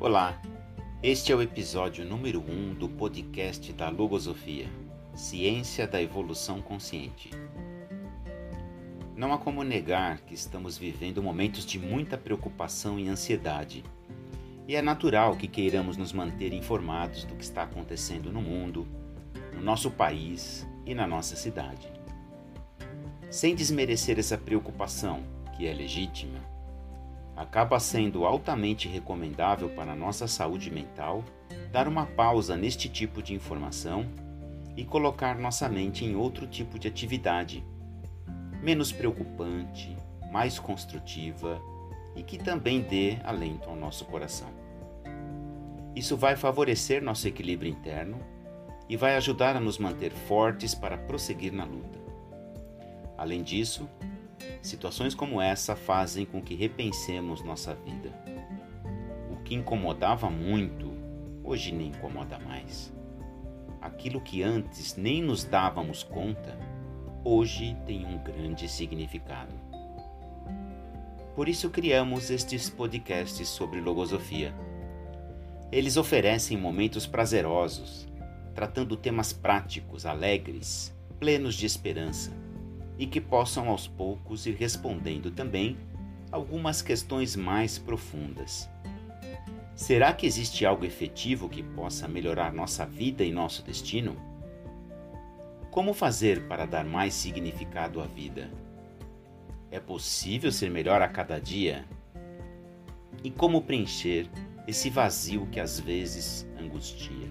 Olá, este é o episódio número 1 do podcast da Logosofia, Ciência da Evolução Consciente. Não há como negar que estamos vivendo momentos de muita preocupação e ansiedade, e é natural que queiramos nos manter informados do que está acontecendo no mundo, no nosso país e na nossa cidade. Sem desmerecer essa preocupação, que é legítima, acaba sendo altamente recomendável para a nossa saúde mental dar uma pausa neste tipo de informação e colocar nossa mente em outro tipo de atividade, menos preocupante, mais construtiva e que também dê alento ao nosso coração. Isso vai favorecer nosso equilíbrio interno e vai ajudar a nos manter fortes para prosseguir na luta. Além disso, situações como essa fazem com que repensemos nossa vida. O que incomodava muito, hoje nem incomoda mais. Aquilo que antes nem nos dávamos conta, hoje tem um grande significado. Por isso criamos estes podcasts sobre logosofia. Eles oferecem momentos prazerosos, tratando temas práticos, alegres, plenos de esperança, e que possam aos poucos ir respondendo também algumas questões mais profundas. Será que existe algo efetivo que possa melhorar nossa vida e nosso destino? Como fazer para dar mais significado à vida? É possível ser melhor a cada dia? E como preencher esse vazio que às vezes angustia?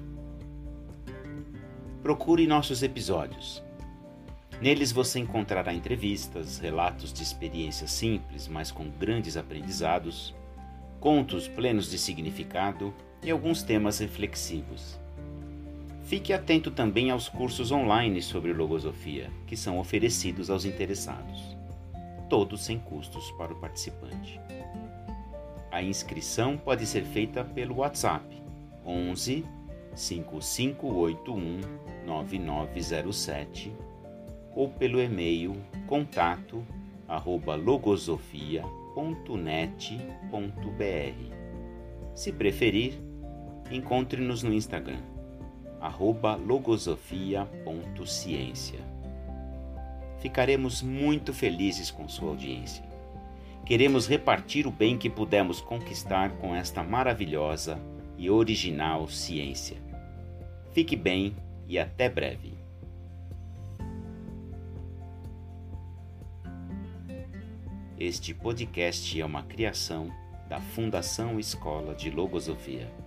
Procure nossos episódios. Neles você encontrará entrevistas, relatos de experiências simples, mas com grandes aprendizados, contos plenos de significado e alguns temas reflexivos. Fique atento também aos cursos online sobre logosofia, que são oferecidos aos interessados, todos sem custos para o participante. A inscrição pode ser feita pelo WhatsApp 11 5581 9907 ou pelo e-mail contato@logosofia.net.br. Se preferir, encontre-nos no Instagram, @logosofia.ciência. Ficaremos muito felizes com sua audiência. Queremos repartir o bem que pudemos conquistar com esta maravilhosa e original ciência. Fique bem e até breve. Este podcast é uma criação da Fundação Escola de Logosofia.